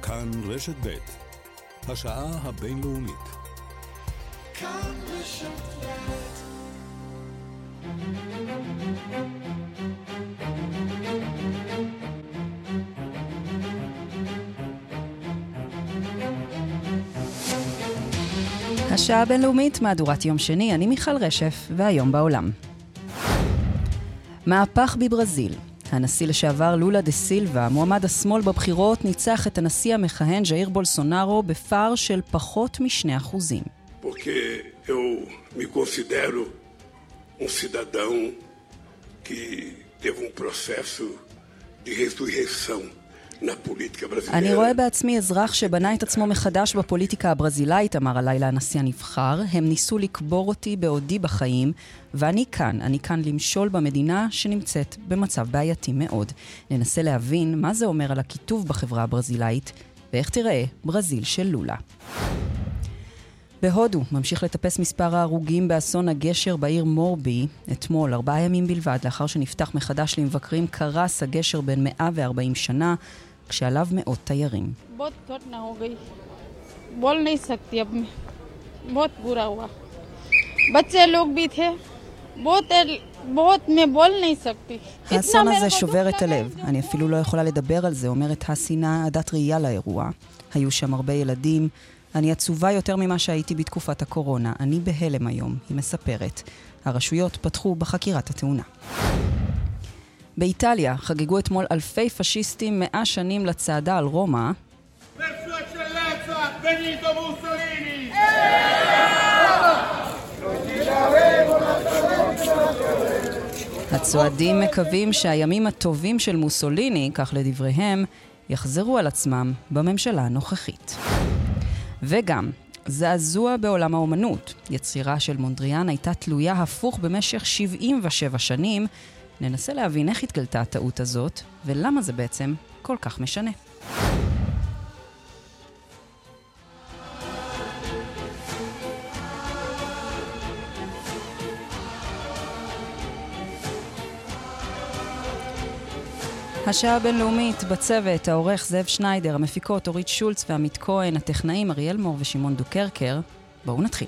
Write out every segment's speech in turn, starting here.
כאן רשת ב' השעה הבינלאומית. כאן רשת ב'. השעה הבינלאומית, מהדורת יום שני, אני מיכל רשף, והיום בעולם. מהפך בברזיל. הנשיא לשעבר לולה דה סילבה, מועמד השמאל בבחירות, ניצח את הנשיא המכהן ז'איר בולסונארו בפער של פחות מ2%. Porque eu me considero cidadão que teve processo de ressurreição na política brasileira. אני רואה בעצמי אזרח שבנה את עצמו מחדש בפוליטיקה הברזילאית, אמר הלילה הנשיא הנבחר. הם ניסו לקבור אותי בעודי בחיים, ואני כאן למשול במדינה שנמצאת במצב בעייתי מאוד. ננסה להבין מה זה אומר על הכיתוב בחברה הברזילאית, ואיך תראה ברזיל של לולה. בהודו ממשיך לטפס מספר ההרוגים באסון הגשר בעיר מורבי. אתמול, 4 ימים בלבד לאחר שנפתח מחדש למבקרים, קרס הגשר בין 140 שנה, כשעליו מאות תיירים. बहुत घटना हो गई बोल नहीं सकती अब मैं बहुत बुरा हुआ बच्चे लोग भी थे बहुत मैं बोल नहीं सकती. האסון הזה שובר את הלב. אני אפילו לא יכולה לדבר על זה, אומרת הסינה עדת ראייה לאירוע. היו שם הרבה ילדים. אני עצובה יותר ממה שהייתי בתקופת הקורונה. אני בהלם היום, היא מספרת. הרשויות פתחו בחקירת התאונה. באיטליה חגגו אתמול אלפי פשיסטים 100 שנים לצעדה על רומא. הצועדים מקווים שהימים הטובים של מוסוליני, כך לדבריהם, יחזרו על עצמם בממשלה הנוכחית. וגם, זעזוע בעולם האומנות. יצירה של מונדריאן הייתה תלויה הפוך במשך 77 שנים. ננסה להבין איך התגלתה הטעות הזאת, ולמה זה בעצם כל כך משנה. השעה הבינלאומית בצוות, העורך זאב שניידר, המפיקות אורית שולץ ועמית כהן, הטכנאים אריאל מור ושמעון דוקרקר. בואו נתחיל.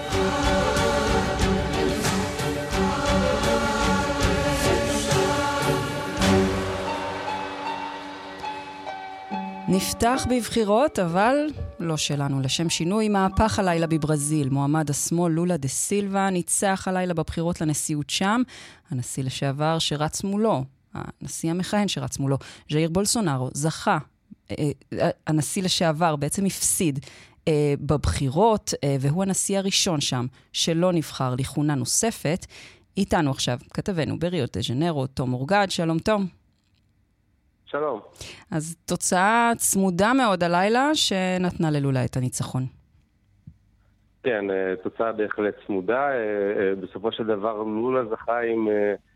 נפתח בבחירות, אבל לא שלנו. לשם שינוי, מהפך הלילה בברזיל. מועמד השמאל לולה דה סילבה ניצח הלילה בבחירות לנשיאות שם. הנשיא לשעבר שרץ מולו, הנשיא המכהן שרץ מולו, ז'איר בולסונארו, זכה. הנשיא לשעבר בעצם הפסיד בבחירות, והוא הנשיא הראשון שם שלא נבחר לכהונה נוספת. איתנו עכשיו כתבנו בריו דה ז'נרו, תום אורגד. שלום תום. שלום. אז תוצאה צמודה מאוד הלילה שנתנה ללולה את הניצחון. כן, תוצאה בהחלט צמודה. בסופו של דבר לולה זכה עם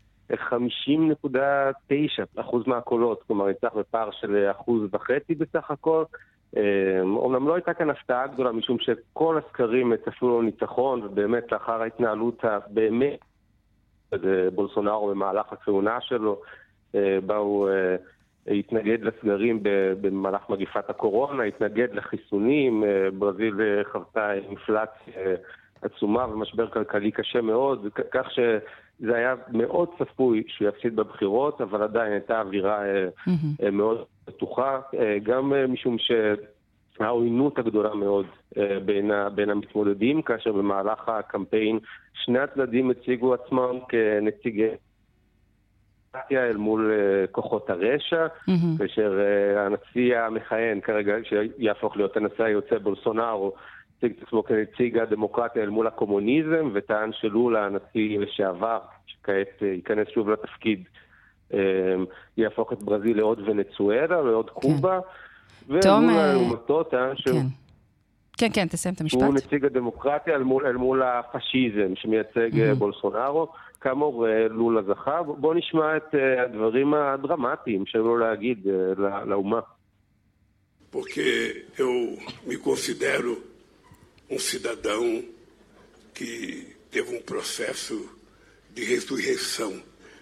50.9% מהקולות, כלומר ניצח בפער של 1.5% בסך הכל. אומנם לא הייתה כאן הפתעה גדולה, משום שכל הסקרים צפו לו ניצחון, ובאמת לאחר ההתנהלות באמת בולסונארו במהלך הכהונה שלו, באו התנגד לסגרים במהלך מגיפת הקורונה, התנגד לחיסונים. ברזיל חוותה אינפלציה עצומה ומשבר כלכלי קשה מאוד, כך שזה היה מאוד צפוי שהוא יפסיד בבחירות, אבל עדיין הייתה אווירה מאוד בטוחה, גם משום שהעוינות הגדולה מאוד בין המתמודדים, כאשר במהלך הקמפיין שני הצדדים הציגו עצמם כנציגי אל מול כוחות הרשע, כאשר הנשיא המכהן כרגע, שיהפוך להיות הנשיא היוצא בולסונארו, הציג את עצמו כנציג הדמוקרטיה אל מול הקומוניזם, וטען שלולה, הנשיא לשעבר, שכעת ייכנס שוב לתפקיד, יהפוך את ברזיל לעוד ונצואלה, לעוד קובה, ולולה לעומתו טען שהוא... כן, תסיים את המשפט. הוא נציג הדמוקרטיה אל מול הפשיזם שמייצג בולסונארו. כאמור, לולה זכה. בואו נשמע את הדברים הדרמטיים שלו להגיד לאומה. Porque eu me considero cidadão que teve processo de ressurreição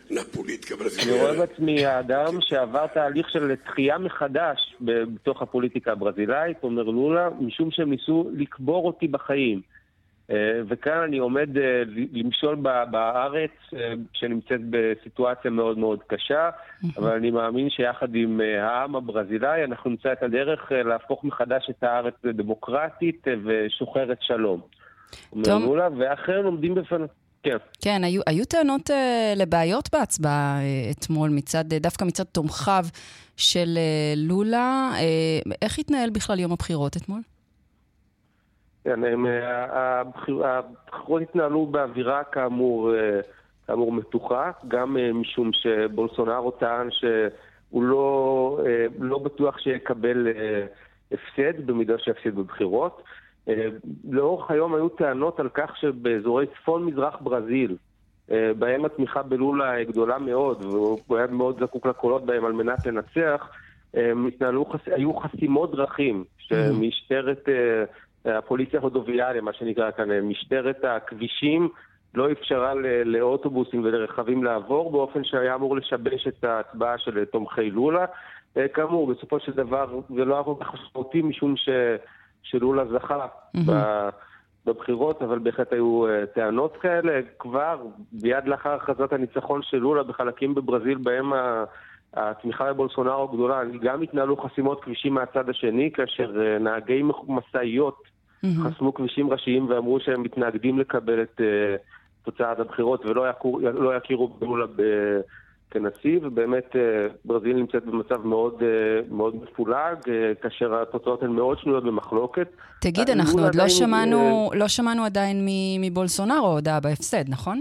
na política אני רואה brasileira. בעצמי האדם שעבר תהליך של תחייה מחדש בתוך הפוליטיקה הברזילאית, אומר לולה, משום שהם ניסו לקבור אותי בחיים. וכאן אני עומד למשול בארץ שנמצאת בסיטואציה מאוד מאוד קשה, אבל אני מאמין שיחד עם העם הברזילאי אנחנו נמצא את הדרך להפוך מחדש את הארץ לדמוקרטית ושוחרת שלום. אומר לולה, ואחרים עומדים בפניו. כן. כן, היו טענות לבעיות בהצבעה אתמול, דווקא מצד תומכיו של לולה. איך התנהל בכלל יום הבחירות אתמול? כן, הבחירות התנהלו באווירה כאמור מתוחה, גם משום שבולסונארו טען שהוא לא בטוח שיקבל הפסד במידה שיפסיד בבחירות. לאורך היום היו טענות על כך שבאזורי צפון מזרח ברזיל, בהם התמיכה בלולה גדולה מאוד, והוא היה מאוד זקוק לקולות בהם על מנת לנצח, היו חסימות דרכים שמשטרת הפוליציה הרודוביאליה, מה שנקרא כאן, משטרת הכבישים, לא אפשרה לאוטובוסים ולרכבים לעבור, באופן שהיה אמור לשבש את ההצבעה של תומכי לולה. כאמור, בסופו של דבר זה לא היה כל כך משמעותי, משום שלולה זכה בבחירות, אבל בהחלט היו טענות כאלה. כבר ביד לאחר הכרזת הניצחון של לולה בחלקים בברזיל, בהם התמיכה בבולסונארו גדולה, גם התנהלו חסימות כבישים מהצד השני, כאשר נהגי משאיות חסמו כבישים ראשיים ואמרו שהם מתנגדים לקבל את תוצאת הבחירות ולא יכירו בלולה כנשיא, ובאמת ברזיל נמצאת במצב מאוד מאוד מפולג, כאשר התוצאות הן מאוד שנויות במחלוקת. תגיד, אנחנו עוד לא שמענו עדיין מבולסונארו הודעה בהפסד, נכון?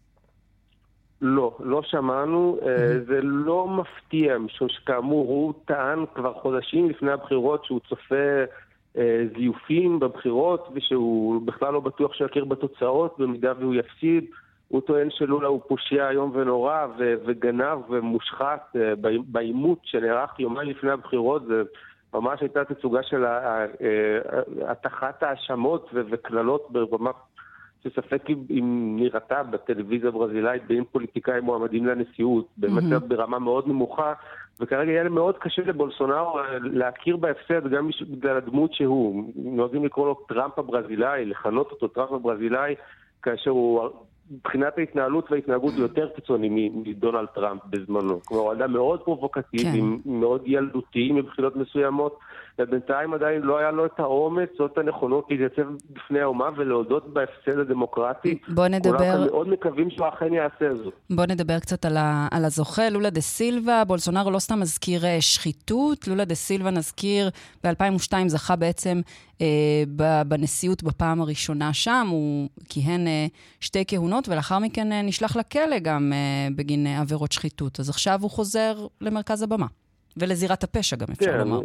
לא שמענו. זה לא מפתיע, משום שכאמור הוא טען כבר חודשים לפני הבחירות שהוא צופה זיופים בבחירות, ושהוא בכלל לא בטוח שיכיר בתוצאות במידה והוא יפסיד. הוא טוען שלולה הוא פושע היום ונורא וגנב ומושחת בעימות שנערך יומיים לפני הבחירות. זה ממש הייתה תצוגה של התחת האשמות וכללות ברמה שספק אם נראתה בטלוויזיה הברזילאית בין פוליטיקאים מועמדים לנשיאות, באמת ברמה מאוד נמוכה, וכרגע יהיה מאוד קשה לבולסונארו להכיר בהפסד גם בגלל הדמות שהוא. נוהגים לקרוא לו טראמפ הברזילאי, לכנות אותו טראמפ הברזילאי, כאשר הוא מבחינת ההתנהלות וההתנהגות יותר קיצוני מדונלד טראמפ בזמנו. כלומר, הוא אדם מאוד פרובוקטיבי, מאוד ילדותי מבחינות מסוימות, ובינתיים עדיין לא היה לו את האומץ או את הנכונות להתייצב בפני האומה ולהודות בהפסד הדמוקרטי. בוא נדבר... מאוד מקווים שהוא אכן יעשה זאת. בוא נדבר קצת על הזוכה, לולה דה סילבה. בולסונארו לא סתם מזכיר שחיתות. לולה דה סילבה, נזכיר, ב-2002 זכה בעצם בנשיאות בפעם הראשונה שם. הוא כיהן 2 כהונות, ולאחר מכן נשלח לכלא גם בגין עבירות שחיתות. אז עכשיו הוא חוזר למרכז הבמה. ולזירת הפשע גם אפשר לומר.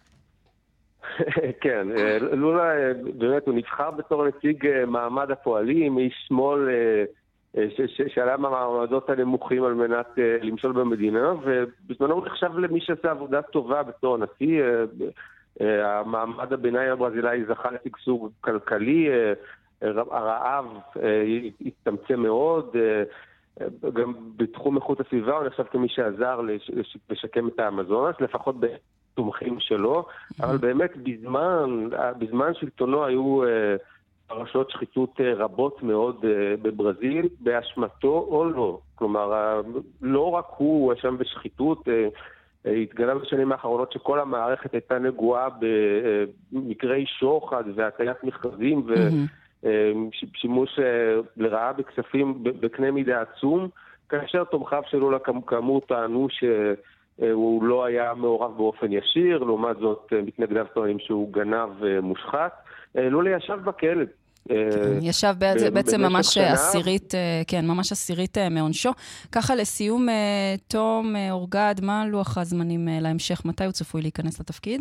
כן, לולה באמת הוא נבחר בתור נציג מעמד הפועלים, איש שמאל שעלה מהמעמדות הנמוכים על מנת למשול במדינה, ובזמנו הוא נחשב למי שעשה עבודה טובה בתור נשיא. המעמד הביניים הברזילאי זכה לשגשוג כלכלי, הרעב הצטמצם מאוד, גם בתחום איכות הסביבה הוא נחשב כמי שעזר לשקם את האמזונס, לפחות תומכים שלו, אבל באמת בזמן שלטונו היו פרשות שחיתות רבות מאוד בברזיל, באשמתו או לא. כלומר, לא רק הוא שם בשחיתות, התגלה בשנים האחרונות שכל המערכת הייתה נגועה במקרי שוחד והטיית מכרזים ושימוש לרעה בכספים בקנה מידה עצום, כאשר תומכיו שלו כאמור טענו הוא לא היה מעורב באופן ישיר, לעומת זאת מתנגדיו טוענים שהוא גנב מושחת. לולה ישב בכלא. ישב בעצם ממש עשירית, כן, ממש עשירית מעונשו. ככה לסיום, תום אורגד, מה לוח הזמנים להמשך? מתי הוא צפוי להיכנס לתפקיד?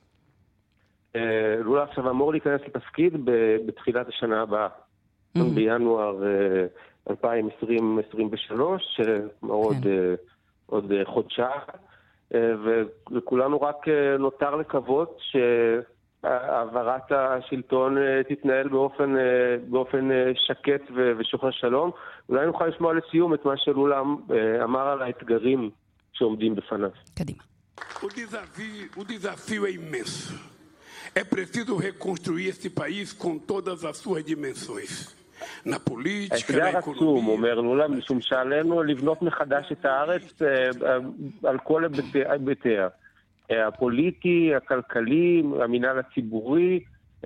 לולה עכשיו אמור להיכנס לתפקיד בתחילת השנה הבאה, בינואר 2023, עוד חודשיים, וכולנו רק נותר לקוות העברת השלטון תתנהל באופן שקט ושוחר שלום. אולי נוכל לשמוע לסיום את מה שלולה אמר על האתגרים שעומדים בפניו. קדימה. O desafio é imenso. É preciso reconstruir esse país com todas as suas dimensões. Na política, na האתגר עצום, אומר לולה, משום שעלינו לבנות מחדש את הארץ על כל היבטיה. הפוליטי, הכלכלי, המינהל הציבורי,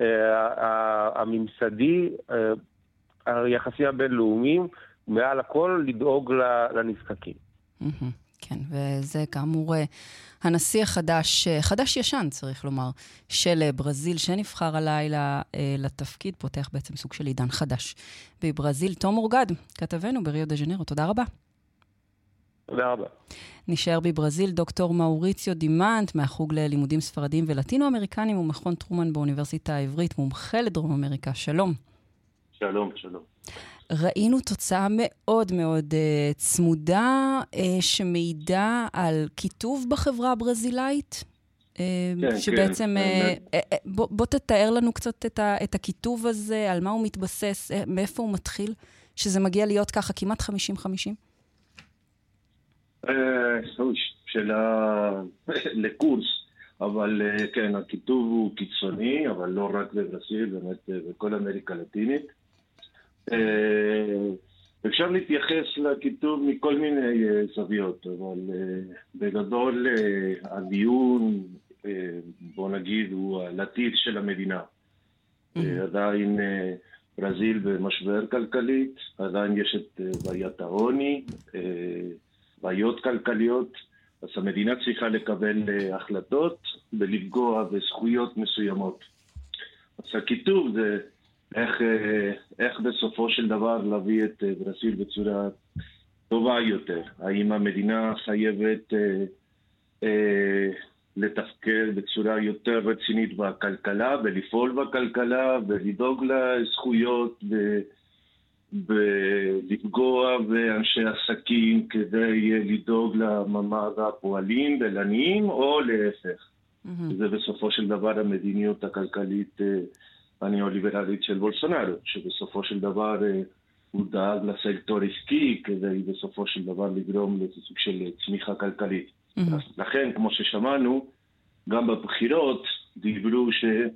הממסדי, היחסים הבינלאומיים, מעל הכל לדאוג לנזקקים. כן, וזה כאמור הנשיא החדש, חדש ישן צריך לומר, של ברזיל, שנבחר הלילה לתפקיד, פותח בעצם סוג של עידן חדש בברזיל. תום אורגד, כתבנו בריו דה ז'נרו, תודה רבה. תודה רבה. נשאר בברזיל דוקטור מאוריציו דימנט, מהחוג ללימודים ספרדיים ולטינו-אמריקנים ומכון טרומן באוניברסיטה העברית, מומחה לדרום אמריקה. שלום. שלום, שלום. ראינו תוצאה מאוד מאוד צמודה שמעידה על כיתוב בחברה הברזילאית, שבעצם, בוא תתאר לנו קצת את הכיתוב הזה, על מה הוא מתבסס, מאיפה הוא מתחיל, שזה מגיע להיות ככה כמעט 50-50? שאלה לקורס, אבל כן, הכיתוב הוא קיצוני, אבל לא רק בברזיל, באמת בכל אמריקה לטינית. אפשר להתייחס לכיתוב מכל מיני זוויות, אבל בגדול הדיון, בוא נגיד, הוא הלטיב של המדינה. עדיין ברזיל במשבר כלכלית, עדיין יש את בעיית העוני, בעיות כלכליות, אז המדינה צריכה לקבל החלטות ולפגוע בזכויות מסוימות. אז הכיתוב זה איך בסופו של דבר להביא את ברזיל בצורה טובה יותר. האם המדינה חייבת לתפקד בצורה יותר רצינית בכלכלה, ולפעול בכלכלה, ולדאוג לזכויות, ולפגוע באנשי עסקים כדי לדאוג למעמד הפועלים ולעניים, או להפך. זה בסופו של דבר המדיניות הכלכלית הניאו-ליברלית של בולסונארו, שבסופו של דבר הוא דאג לסקטור עסקי כדי בסופו של דבר לגרום לסוג של צמיחה כלכלית. לכן, כמו ששמענו, גם בבחירות דיברו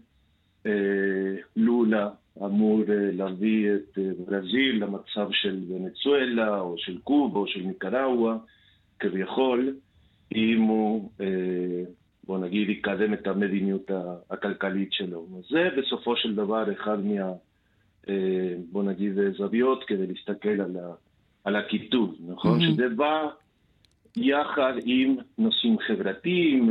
שלולה אמור להביא את ברזיל למצב של ונצואלה או של קובה או של ניקראגואה, כביכול, אם הוא בוא נגיד, יקדם את המדיניות הכלכלית שלו. זה בסופו של דבר אחד בוא נגיד, זוויות כדי להסתכל על הכיתוב, נכון? שזה בא יחד עם נושאים חברתיים,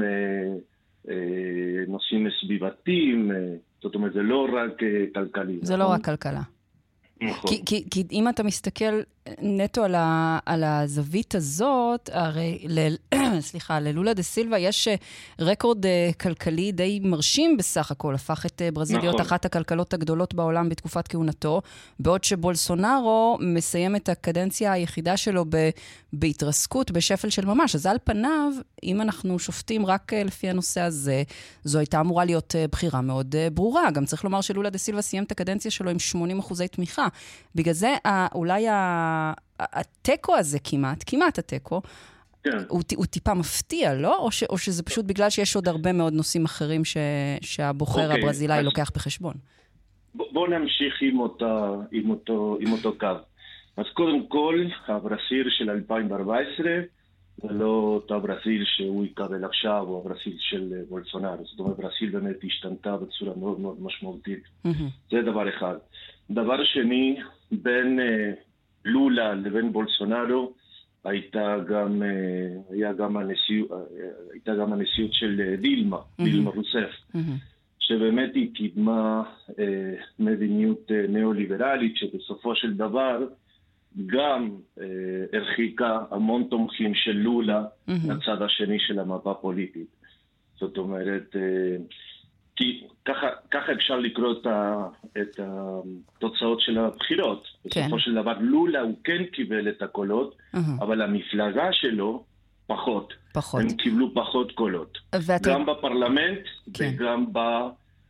נושאים סביבתיים, זאת אומרת, זה לא רק כלכלי. זה לא רק כלכלה. נכון. כי אם אתה מסתכל נטו על הזווית הזאת, הרי ללולה דה סילבה יש רקורד כלכלי די מרשים בסך הכל, הפך את ברזיל להיות אחת הכלכלות הגדולות בעולם בתקופת כהונתו, בעוד שבולסונארו מסיים את הקדנציה היחידה שלו בהתרסקות, בשפל של ממש. אז על פניו, אם אנחנו שופטים רק לפי הנושא הזה, זו הייתה אמורה להיות בחירה מאוד ברורה. גם צריך לומר שלולה דה סילבה סיים את הקדנציה שלו עם 80% תמיכה. בגלל זה אולי הטקו הזה כמעט הטקו, הוא טיפה מפתיע, לא? או שזה פשוט בגלל שיש עוד הרבה מאוד נושאים אחרים שהבוחר הברזילאי לוקח בחשבון? בואו נמשיך עם אותו קו. אז קודם כל, הברזיל של 2014, זה לא אותו ברזיל שהוא יקבל עכשיו, או הברזיל של בולסונארו. זאת אומרת, ברזיל באמת השתנתה בצורה מאוד מאוד משמעותית. זה דבר אחד. דבר שני, בין לולה לבין בולסונארו, הייתה גם הנשיאות של דילמה רוסף, שבאמת היא קידמה מדיניות ניאו-ליברלית, שבסופו של דבר גם הרחיקה המון תומכים של לולה לצד השני של המפה הפוליטית. זאת אומרת, כי ככה אפשר לקרוא את התוצאות של הבחירות. בסופו של דבר, לולה הוא כן קיבל את הקולות, אבל המפלגה שלו פחות. הם קיבלו פחות קולות. גם בפרלמנט וגם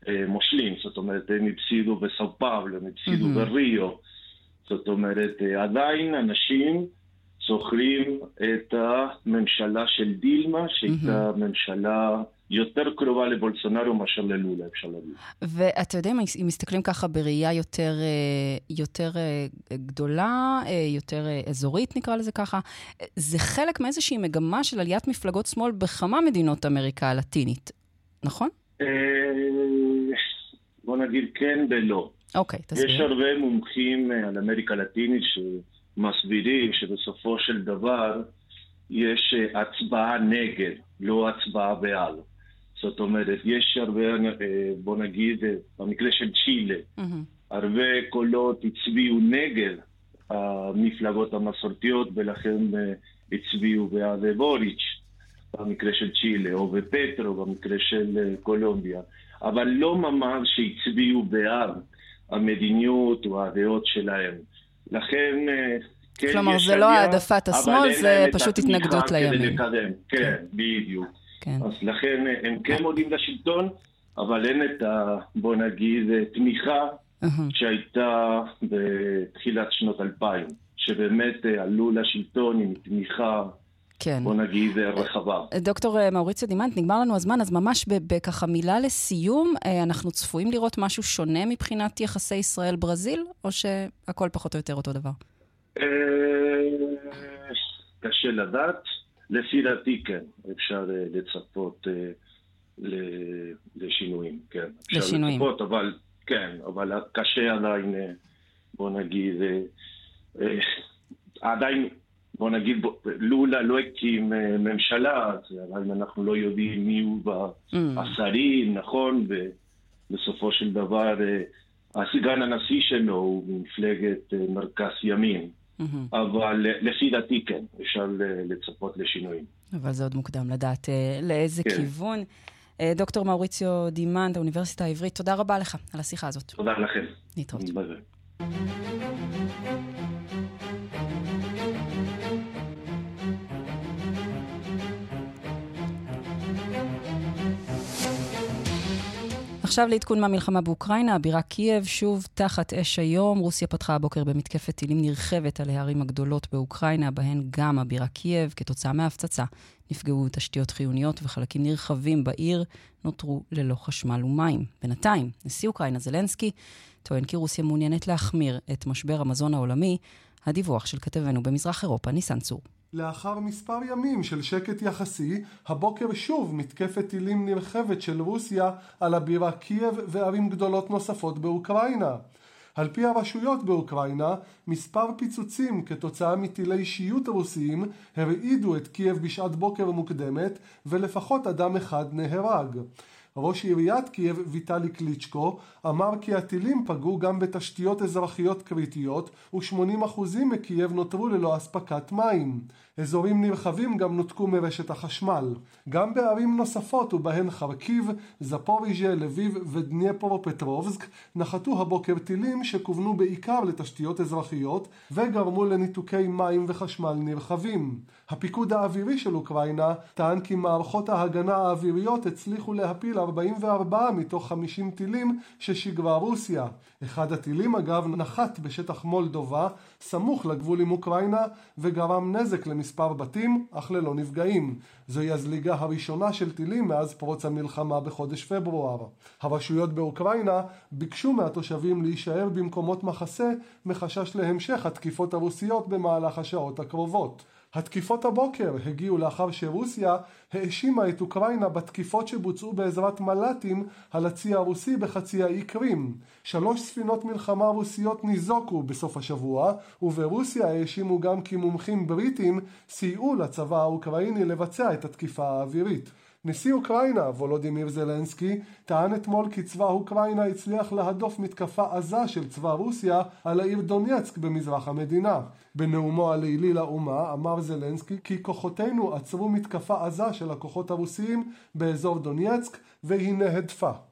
מושלים, זאת אומרת, הם הפסידו בסאו פאולו, הם הפסידו בריו, זאת אומרת, עדיין אנשים זוכרים את הממשלה של דילמה, שהייתה ממשלה יותר קרובה לבולסונרו מאשר ללולה, אפשר להגיד. ואתה יודע, אם מסתכלים ככה בראייה יותר גדולה, יותר אזורית נקרא לזה ככה, זה חלק מאיזושהי מגמה של עליית מפלגות שמאל בכמה מדינות אמריקה הלטינית, נכון? בוא נגיד כן ולא. אוקיי, תסביר. יש הרבה מומחים על אמריקה הלטינית שמסבירים שבסופו של דבר יש הצבעה נגד, לא הצבעה בעד. זאת אומרת, יש הרבה, בוא נגיד, במקרה של צ'ילה, הרבה קולות הצביעו נגד המפלגות המסורתיות, ולכן הצביעו בעד בוריץ' במקרה של צ'ילה, או בפטרו במקרה של קולומביה. אבל לא ממש שהצביעו בעד המדיניות או הדעות שלהם. לכן, כן, כלומר, זה לא העדפת השמאל, זה פשוט התנגדות לימין. כן, בדיוק. אז לכן הם כן מודים לשלטון, אבל אין את בוא נגיד, תמיכה שהייתה בתחילת שנות 2000, שבאמת עלו לשלטון עם תמיכה, בוא נגיד, רחבה. דוקטור מאוריציו דימנט, נגמר לנו הזמן, אז ממש בככה מילה לסיום, אנחנו צפויים לראות משהו שונה מבחינת יחסי ישראל-ברזיל, או שהכל פחות או יותר אותו דבר? קשה לדעת. לפי דעתי כן, אפשר לצפות לשינויים, כן. אפשר לצפות, אבל כן, אבל קשה עדיין, בוא נגיד, עדיין, בוא נגיד, לולה לא הקים ממשלה, עדיין אנחנו לא יודעים מי הוא השרים, נכון, ובסופו של דבר, הסגן הנשיא שלו הוא מפלגת מרכז ימין. אבל לפי דעתי כן, אפשר לצפות לשינויים. אבל זה עוד מוקדם לדעת לאיזה כיוון. דוקטור מאוריציו דימנט, האוניברסיטה העברית, תודה רבה לך על השיחה הזאת. תודה לכם. נתראות. עכשיו לעדכון מהמלחמה באוקראינה, הבירה קייב שוב תחת אש היום. רוסיה פתחה הבוקר במתקפת טילים נרחבת על הערים הגדולות באוקראינה, בהן גם הבירה קייב. כתוצאה מההפצצה נפגעו תשתיות חיוניות וחלקים נרחבים בעיר נותרו ללא חשמל ומים. בינתיים, נשיא אוקראינה זלנסקי טוען כי רוסיה מעוניינת להחמיר את משבר המזון העולמי. הדיווח של כתבנו במזרח אירופה, ניסן צור. לאחר מספר ימים של שקט יחסי, הבוקר שוב מתקפת טילים נרחבת של רוסיה על הבירה קייב וערים גדולות נוספות באוקראינה. על פי הרשויות באוקראינה, מספר פיצוצים כתוצאה מטילי שיוט רוסיים הרעידו את קייב בשעת בוקר מוקדמת, ולפחות אדם אחד נהרג. ראש עיריית קייב ויטלי קליצ'קו אמר כי הטילים פגעו גם בתשתיות אזרחיות קריטיות, ו80% מקייב נותרו ללא אספקת מים. אזורים נרחבים גם נותקו מרשת החשמל. גם בערים נוספות, ובהן חרקיב, זפוריז'ה, לביב ודניפרופטרובסק, נחתו הבוקר טילים שכוונו בעיקר לתשתיות אזרחיות וגרמו לניתוקי מים וחשמל נרחבים. הפיקוד האווירי של אוקראינה טען כי מערכות ההגנה האוויריות הצליחו להפיל 44 מתוך 50 טילים ששיגרה רוסיה. אחד הטילים אגב נחת בשטח מולדובה, סמוך לגבול עם אוקראינה, וגרם נזק למספר בתים, אך ללא נפגעים. זוהי הזליגה הראשונה של טילים מאז פרוץ המלחמה בחודש פברואר. הרשויות באוקראינה ביקשו מהתושבים להישאר במקומות מחסה, מחשש להמשך התקיפות הרוסיות במהלך השעות הקרובות. התקיפות הבוקר הגיעו לאחר שרוסיה האשימה את אוקראינה בתקיפות שבוצעו בעזרת מל"טים על הצי הרוסי בחצי האי קרים. 3 ספינות מלחמה רוסיות ניזוקו בסוף השבוע, וברוסיה האשימו גם כי מומחים בריטים סייעו לצבא האוקראיני לבצע את התקיפה האווירית. נשיא אוקראינה, וולודימיר זלנסקי, טען אתמול כי צבא אוקראינה הצליח להדוף מתקפה עזה של צבא רוסיה על העיר דונייצק במזרח המדינה. בנאומו הלילי לאומה אמר זלנסקי כי כוחותינו עצרו מתקפה עזה של הכוחות הרוסיים באזור דונייצק, והיא נהדפה.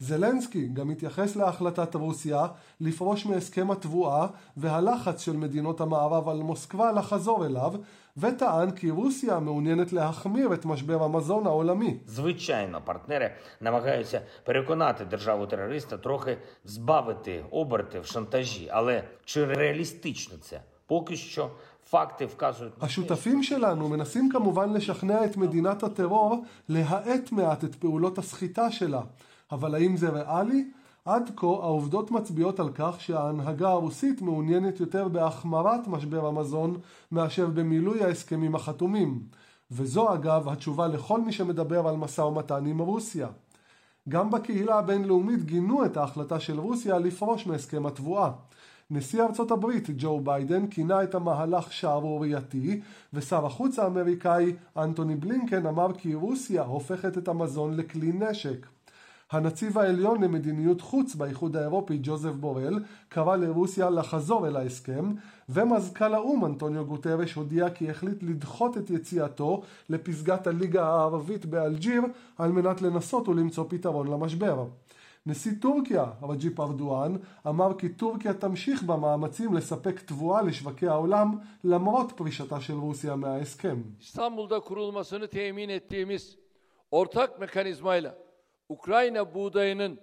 זלנסקי גם התייחס להחלטת רוסיה לפרוש מהסכם התבואה והלחץ של מדינות המערב על מוסקבה לחזור אליו, וטען כי רוסיה מעוניינת להחמיר את משבר המזון העולמי. Звичайно, партнери намагаються переконати державу-терориста трохи збавити оберти в шантажі, але чи реалістично це? Поки що факти вказують... השותפים שלנו מנסים כמובן לשכנע את מדינת הטרור להאט מעט את פעולות הסחיטה שלה. אבל האם זה ריאלי? עד כה העובדות מצביעות על כך שההנהגה הרוסית מעוניינת יותר בהחמרת משבר המזון מאשר במילוי ההסכמים החתומים. וזו אגב התשובה לכל מי שמדבר על משא ומתן עם רוסיה. גם בקהילה הבינלאומית גינו את ההחלטה של רוסיה לפרוש מהסכם התבואה. נשיא ארצות הברית ג'ו ביידן כינה את המהלך שערורייתי, ושר החוץ האמריקאי אנטוני בלינקן אמר כי רוסיה הופכת את המזון לכלי נשק. הנציב העליון למדיניות חוץ באיחוד האירופי ג'וזף בורל קרא לרוסיה לחזור אל ההסכם, ומזכ"ל האו"ם אנטוניו גוטרש הודיע כי החליט לדחות את יציאתו לפסגת הליגה הערבית באלג'יר על מנת לנסות ולמצוא פתרון למשבר. נשיא טורקיה רג'יפ ארדואן אמר כי טורקיה תמשיך במאמצים לספק תבואה לשווקי העולם למרות פרישתה של רוסיה מההסכם. İstanbul'da kurulmasını temin ettiğimiz ortak mekanizmayla Ukrayna buğdayının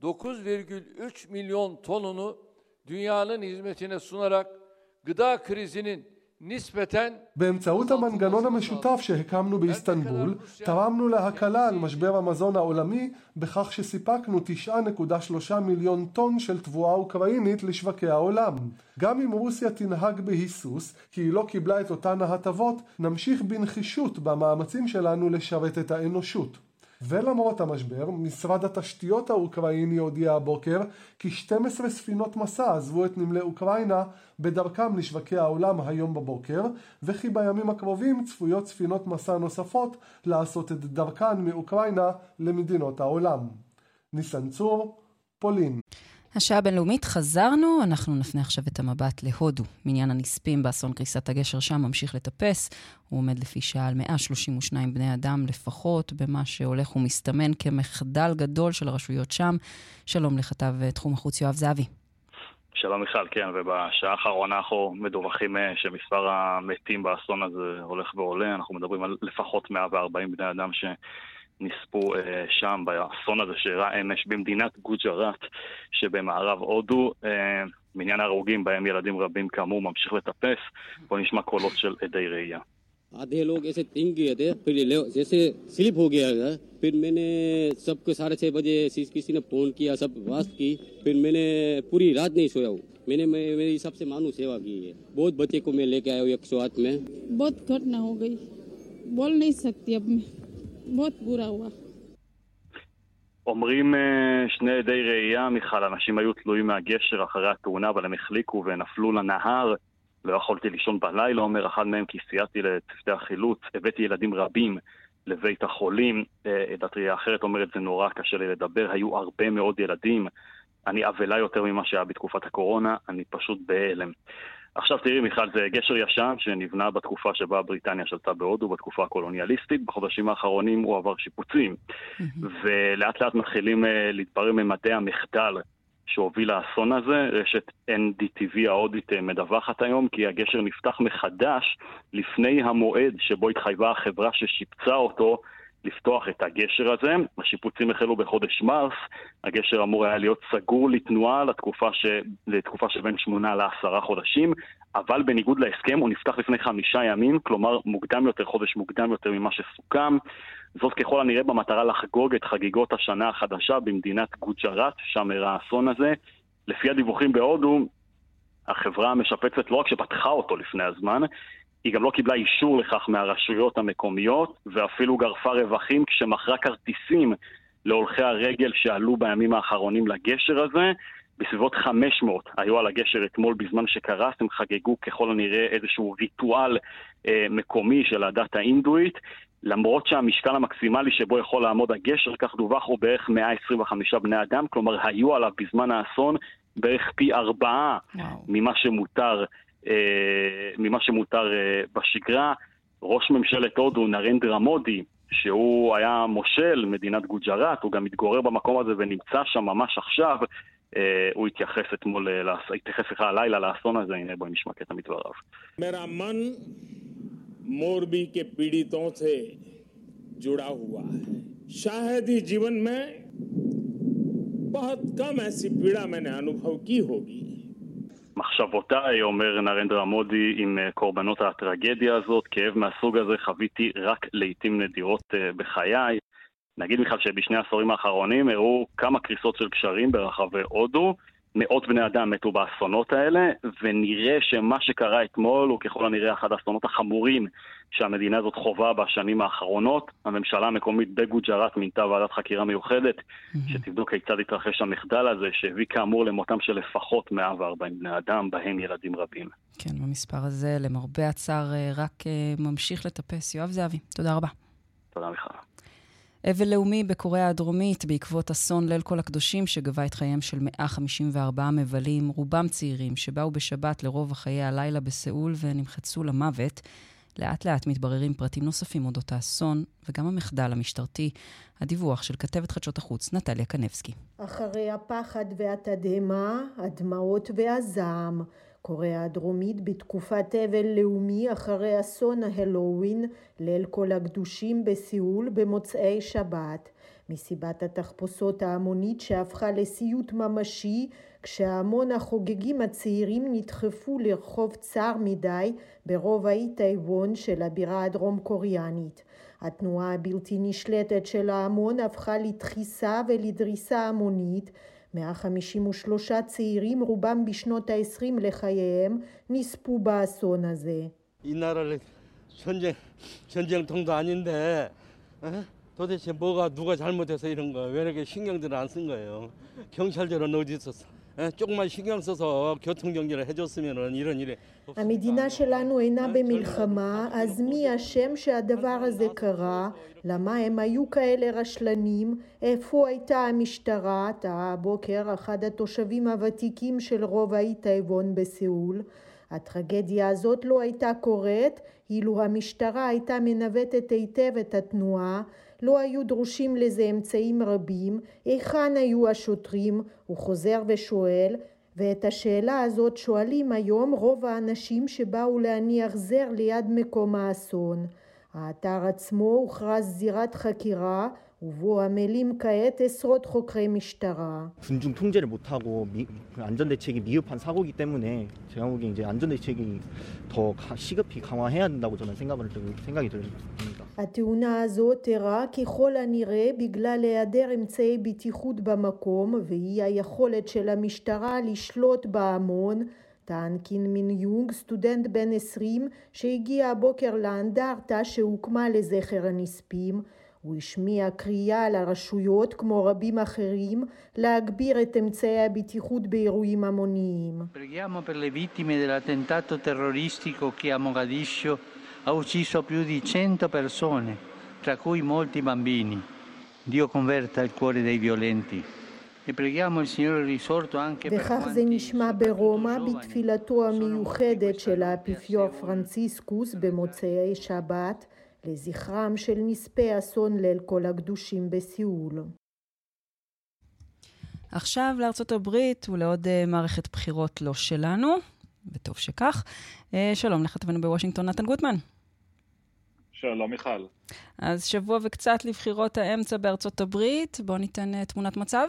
9,3 milyon tonunu dünyanın hizmetine sunarak gıda krizinin nispeten באמצעות המנגנון המשותף שהקמנו באיסטנבול, תרמנו להקלה על משבר המזון העולמי בכך שסיפקנו 9.3 מיליון טון של תבואה אוקראינית לשווקי העולם. גם אם רוסיה תנהג בהיסוס, כי היא לא קיבלה את אותן ההטבות, נמשיך בנחישות במאמצים שלנו לשרת את האנושות. ולמרות המשבר, משרד התשתיות האוקראיני הודיע הבוקר כי 12 ספינות מסע עזבו את נמלי אוקראינה בדרכם לשווקי העולם היום בבוקר, וכי בימים הקרובים צפויות ספינות מסע נוספות לעשות את דרכן מאוקראינה למדינות העולם. ניסן צור, פולין. השעה הבינלאומית חזרנו, אנחנו נפנה עכשיו את המבט להודו. מניין הנספים באסון קריסת הגשר שם ממשיך לטפס, הוא עומד לפי שעה על 132 בני אדם לפחות, במה שהולך ומסתמן כמחדל גדול של הרשויות שם. שלום לכתב תחום החוץ יואב זהבי. שלום מיכל, כן, ובשעה האחרונה אנחנו מדווחים שמספר המתים באסון הזה הולך ועולה, אנחנו מדברים על לפחות 140 בני אדם נספו שם באסון הזה שאירע אמש במדינת גוג'ראט שבמערב הודו. מניין ההרוגים בהם ילדים רבים כאמור ממשיך לטפס. בוא נשמע קולות של עדי ראייה. आधे लोग ऐसे टिंग गए थे, फिर जैसे स्लिप हो गया था, फिर मैंने सबको 6:30 बजे किसी ने फोन किया, सब वास्ट की, फिर मैंने पूरी रात नहीं सोया हूँ. मैंने मेरी हिसाब से मानू सेवा की है. बहुत बच्चे को मैं लेके आया हूँ 108 में. बहुत घटना हो गई, बोल नहीं सकती अब मैं, बहुत बुरा हुआ. אומרים שני עדי ראייה, מיכל, אנשים היו תלויים מהגשר אחרי התאונה, אבל הם החליקו ונפלו לנהר. לא יכולתי לישון בלילה, אומר אחד מהם, כי סייעתי לצוותי החילוץ, הבאתי ילדים רבים לבית החולים. עדת ראייה אחרת אומרת, זה נורא קשה לי לדבר, היו הרבה מאוד ילדים, אני אבלה יותר ממה שהיה בתקופת הקורונה, אני פשוט בהלם. עכשיו תראי מיכל, זה גשר ישן שנבנה בתקופה שבה בריטניה שלטה בהודו, בתקופה הקולוניאליסטית. בחודשים האחרונים הוא עבר שיפוצים, ולאט לאט מתחילים להתברר ממדי המחדל שהוביל לאסון הזה. רשת NDTV ההודית מדווחת היום כי הגשר נפתח מחדש לפני המועד שבו התחייבה החברה ששיפצה אותו לפתוח את הגשר הזה. השיפוצים החלו בחודש מרס, הגשר אמור היה להיות סגור לתנועה לתקופה שבין 8 ל10 חודשים, אבל בניגוד להסכם הוא נפתח לפני 5 ימים, כלומר מוקדם יותר, חודש מוקדם יותר ממה שסוכם. זאת ככל הנראה במטרה לחגוג את חגיגות השנה החדשה במדינת גוג'ראט, שם אירע האסון הזה. לפי הדיווחים בהודו, החברה המשפצת לא רק שפתחה אותו לפני הזמן, היא גם לא קיבלה אישור לכך מהרשויות המקומיות, ואפילו גרפה רווחים כשמכרה כרטיסים להולכי הרגל שעלו בימים האחרונים לגשר הזה. בסביבות 500 היו על הגשר אתמול בזמן שקרס, הם חגגו ככל הנראה איזשהו ריטואל מקומי של הדת האינדואית, למרות שהמשקל המקסימלי שבו יכול לעמוד הגשר, כך דווח, הוא בערך 125 בני אדם, כלומר היו עליו בזמן האסון בערך פי 4 ממה שמותר בשגרה. ראש ממשלת הודו נרנדרה מודי שהוא היה מושל מדינת גוג'ראט, הוא גם מתגורר במקום הזה ונמצא שם ממש עכשיו, הוא התייחס הלילה לאסון הזה, הנה בואי נשמע קטע מדבריו. मेरा मन मोरबी के पीड़ितों से जुड़ा हुआ है। शायद ही जीवन में बहुत कम ऐसी पीड़ा मैंने अनुभव की होगी। מחשבותיי, אומר נרנדרה מודי, עם קורבנות הטרגדיה הזאת, כאב מהסוג הזה חוויתי רק לעתים נדירות בחיי. נגיד בכלל שבשני העשורים האחרונים הראו כמה קריסות של גשרים ברחבי הודו, מאות בני אדם מתו באסונות האלה, ונראה שמה שקרה אתמול הוא ככל הנראה אחד האסונות החמורים שהמדינה הזאת חובה בשנים האחרונות. הממשלה המקומית בגוג'ראט מינתה ועדת חקירה מיוחדת שתבדוק כיצד התרחש המחדל הזה, שהביא כאמור למותם של לפחות 140 בני אדם, בהם ילדים רבים. כן, במספר הזה למרבה הצער רק ממשיך לטפס. יואב זהבי, תודה רבה. תודה מיכל. אבל לאומי בקוריאה הדרומית בעקבות אסון ליל כל הקדושים שגבה את חייהם של 154 מבלים, רובם צעירים שבאו בשבת לרוב חיי הלילה בסאול ונמחצו למוות. לאט לאט מתבררים פרטים נוספים אודות האסון וגם המחדל המשטרתי. הדיווח של כתבת חדשות החוץ נטליה קנבסקי. אחרי הפחד והתדהמה, הדמעות והזעם, קוריאה הדרומית בתקופת אבל לאומי אחרי אסון ההלואוין, ליל כל הקדושים בסיול במוצאי שבת. מסיבת התחפושות ההמונית שהפכה לסיוט ממשי, כשהמון החוגגים הצעירים נדחפו לרחוב צר מדי ברוב האי טייוואן של הבירה הדרום קוריאנית. התנועה הבלתי נשלטת של ההמון הפכה לדחיסה ולדריסה המונית. 153 צעירים, רובם בשנות ה-20 לחייהם, נספו באסון הזה. 이 나라를 전쟁통도 아닌데 도대체 뭐가 누가 잘못해서 이런 거 왜 이렇게 신경들을 안 쓴 거예요? 경찰들은 어디 있었어? 조금만 신경 써서 교통 정리를 해줬으면은 이런 일에. המדינה שלנו אינה במלחמה, אז מי אשם שהדבר הזה קרה? למה הם היו כאלה רשלנים? איפה הייתה המשטרה? טעה הבוקר אחד התושבים הוותיקים של רוב האי טייוואן בסאול. הטרגדיה הזאת לא הייתה קורית, אילו המשטרה הייתה מנווטת היטב את התנועה, לא היו דרושים לזה אמצעים רבים, היכן היו השוטרים? הוא חוזר ושואל, ואת השאלה הזאת שואלים היום רוב האנשים שבאו להניח זר ליד מקום האסון. האתר עצמו הוכרז זירת חקירה, ובו עמלים כעת עשרות חוקרי משטרה. 군중 통제를 못하고 안전대책이 미흡한 사고이기 때문에 제가 보기엔 이제 안전대책이 더 시급히 강화해야 된다고 저는 생각이 듭니다. התאונה הזאת אירעה ככל הנראה בגלל היעדר אמצעי בטיחות במקום והיא היכולת של המשטרה לשלוט בהמון. טען קין מן יונג, סטודנט בן 20 שהגיע הבוקר לאנדרטה שהוקמה לזכר הנספים. הוא השמיע קריאה לרשויות כמו רבים אחרים להגביר את אמצעי הבטיחות באירועים המוניים. Preghiamo per le vittime dell'attentato terroristico che a Mogadiscio ha ucciso più di 100 persone, tra cui molti bambini. Dio converta il cuore dei violenti. E preghiamo il Signore risorto anche per וכך זה נשמע ברומא בתפילתו המיוחדת של האפיפיור פרנציסקוס במוצאי שבת, לזכרם של נספי אסון ליל כל הקדושים בסיול. עכשיו לארצות הברית ולעוד מערכת בחירות לא שלנו, וטוב שכך. שלום לכתבנו בוושינגטון נתן גוטמן. שלום מיכל. אז שבוע וקצת לבחירות האמצע בארצות הברית, בואו ניתן תמונת מצב.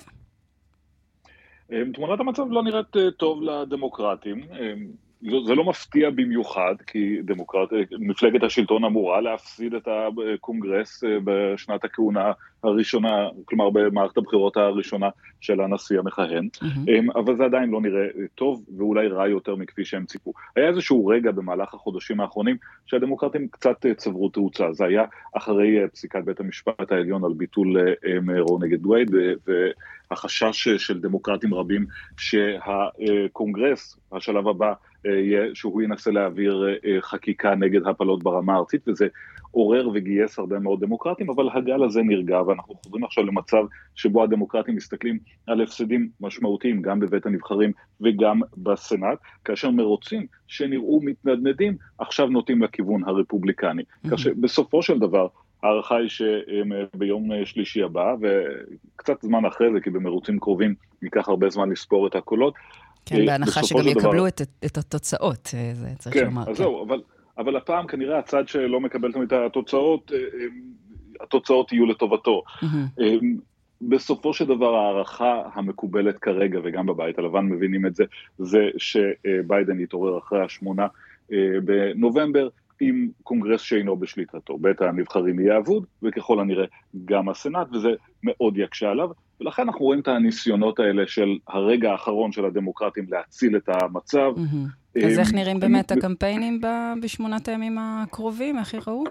תמונת המצב לא נראית טוב לדמוקרטים. זה לא מפתיע במיוחד, כי מפלגת השלטון אמורה להפסיד את הקונגרס בשנת הכהונה הראשונה, כלומר במערכת הבחירות הראשונה של הנשיא המכהן, אבל זה עדיין לא נראה טוב, ואולי רע יותר מכפי שהם ציפו. היה איזשהו רגע במהלך החודשים האחרונים, שהדמוקרטים קצת צברו תאוצה, זה היה אחרי פסיקת בית המשפט העליון על ביטול רו נגד וייד, והחשש של דמוקרטים רבים שהקונגרס, השלב הבא, שהוא ינסה להעביר חקיקה נגד הפלות ברמה הארצית, וזה עורר וגייס הרבה מאוד דמוקרטים, אבל הגל הזה נרגע, ואנחנו חוזרים עכשיו למצב שבו הדמוקרטים מסתכלים על הפסדים משמעותיים, גם בבית הנבחרים וגם בסנאט, כאשר מרוצים שנראו מתנדנדים, עכשיו נוטים לכיוון הרפובליקני. כאשר בסופו של דבר, הערכה היא שביום שלישי הבא, וקצת זמן אחרי זה, כי במרוצים קרובים ייקח הרבה זמן לספור את הקולות. כן, בהנחה שגם יקבלו את התוצאות, זה צריך לומר. כן, אז זהו, אבל הפעם כנראה הצד שלא מקבל תמיד את התוצאות יהיו לטובתו. בסופו של דבר הערכה המקובלת כרגע, וגם בבית הלבן מבינים את זה, זה שביידן יתעורר אחרי 8 בנובמבר, עם קונגרס שאינו בשליטתו. בית הנבחרים יהיה אבוד, וככל הנראה גם הסנאט, וזה מאוד יקשה עליו, ולכן אנחנו רואים את הניסיונות האלה של הרגע האחרון של הדמוקרטים להציל את המצב. אז איך נראים באמת הקמפיינים ב8 הימים הקרובים? איך יראו?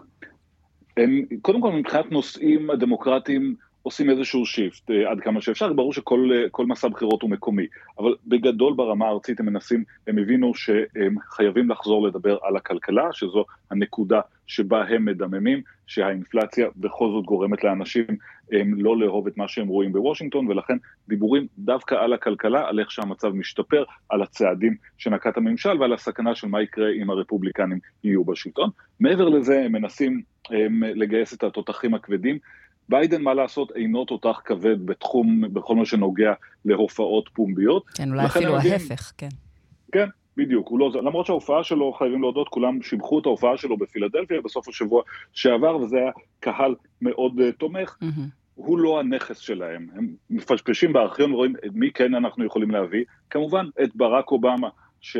קודם כל, מבחינת נושאים הדמוקרטים עושים איזשהו שיפט עד כמה שאפשר, ברור שכל מסע בחירות הוא מקומי, אבל בגדול ברמה הארצית הם הבינו שהם חייבים לחזור לדבר על הכלכלה, שזו הנקודה שבה הם מדממים, שהאינפלציה בכל זאת גורמת לאנשים לא לאהוב את מה שהם רואים בוושינגטון, ולכן דיבורים דווקא על הכלכלה, על איך שהמצב משתפר, על הצעדים שנקט הממשל, ועל הסכנה של מה יקרה אם הרפובליקנים יהיו בשלטון. מעבר לזה הם מנסים לגייס את התותחים הכבדים, ביידן, מה לעשות, אינו תותח כבד בכל מה שנוגע להופעות פומביות. כן, אולי אפילו ההפך, כן. כן, בדיוק. למרות שההופעה שלו, חייבים להודות, כולם שיבחו את ההופעה שלו בפילדלפיה בסוף השבוע שעבר, וזה היה קהל מאוד תומך. הוא לא הנכס שלהם. הם מפשפשים בארכיון ורואים מי כן אנחנו יכולים להביא. כמובן, את ברק אובמה,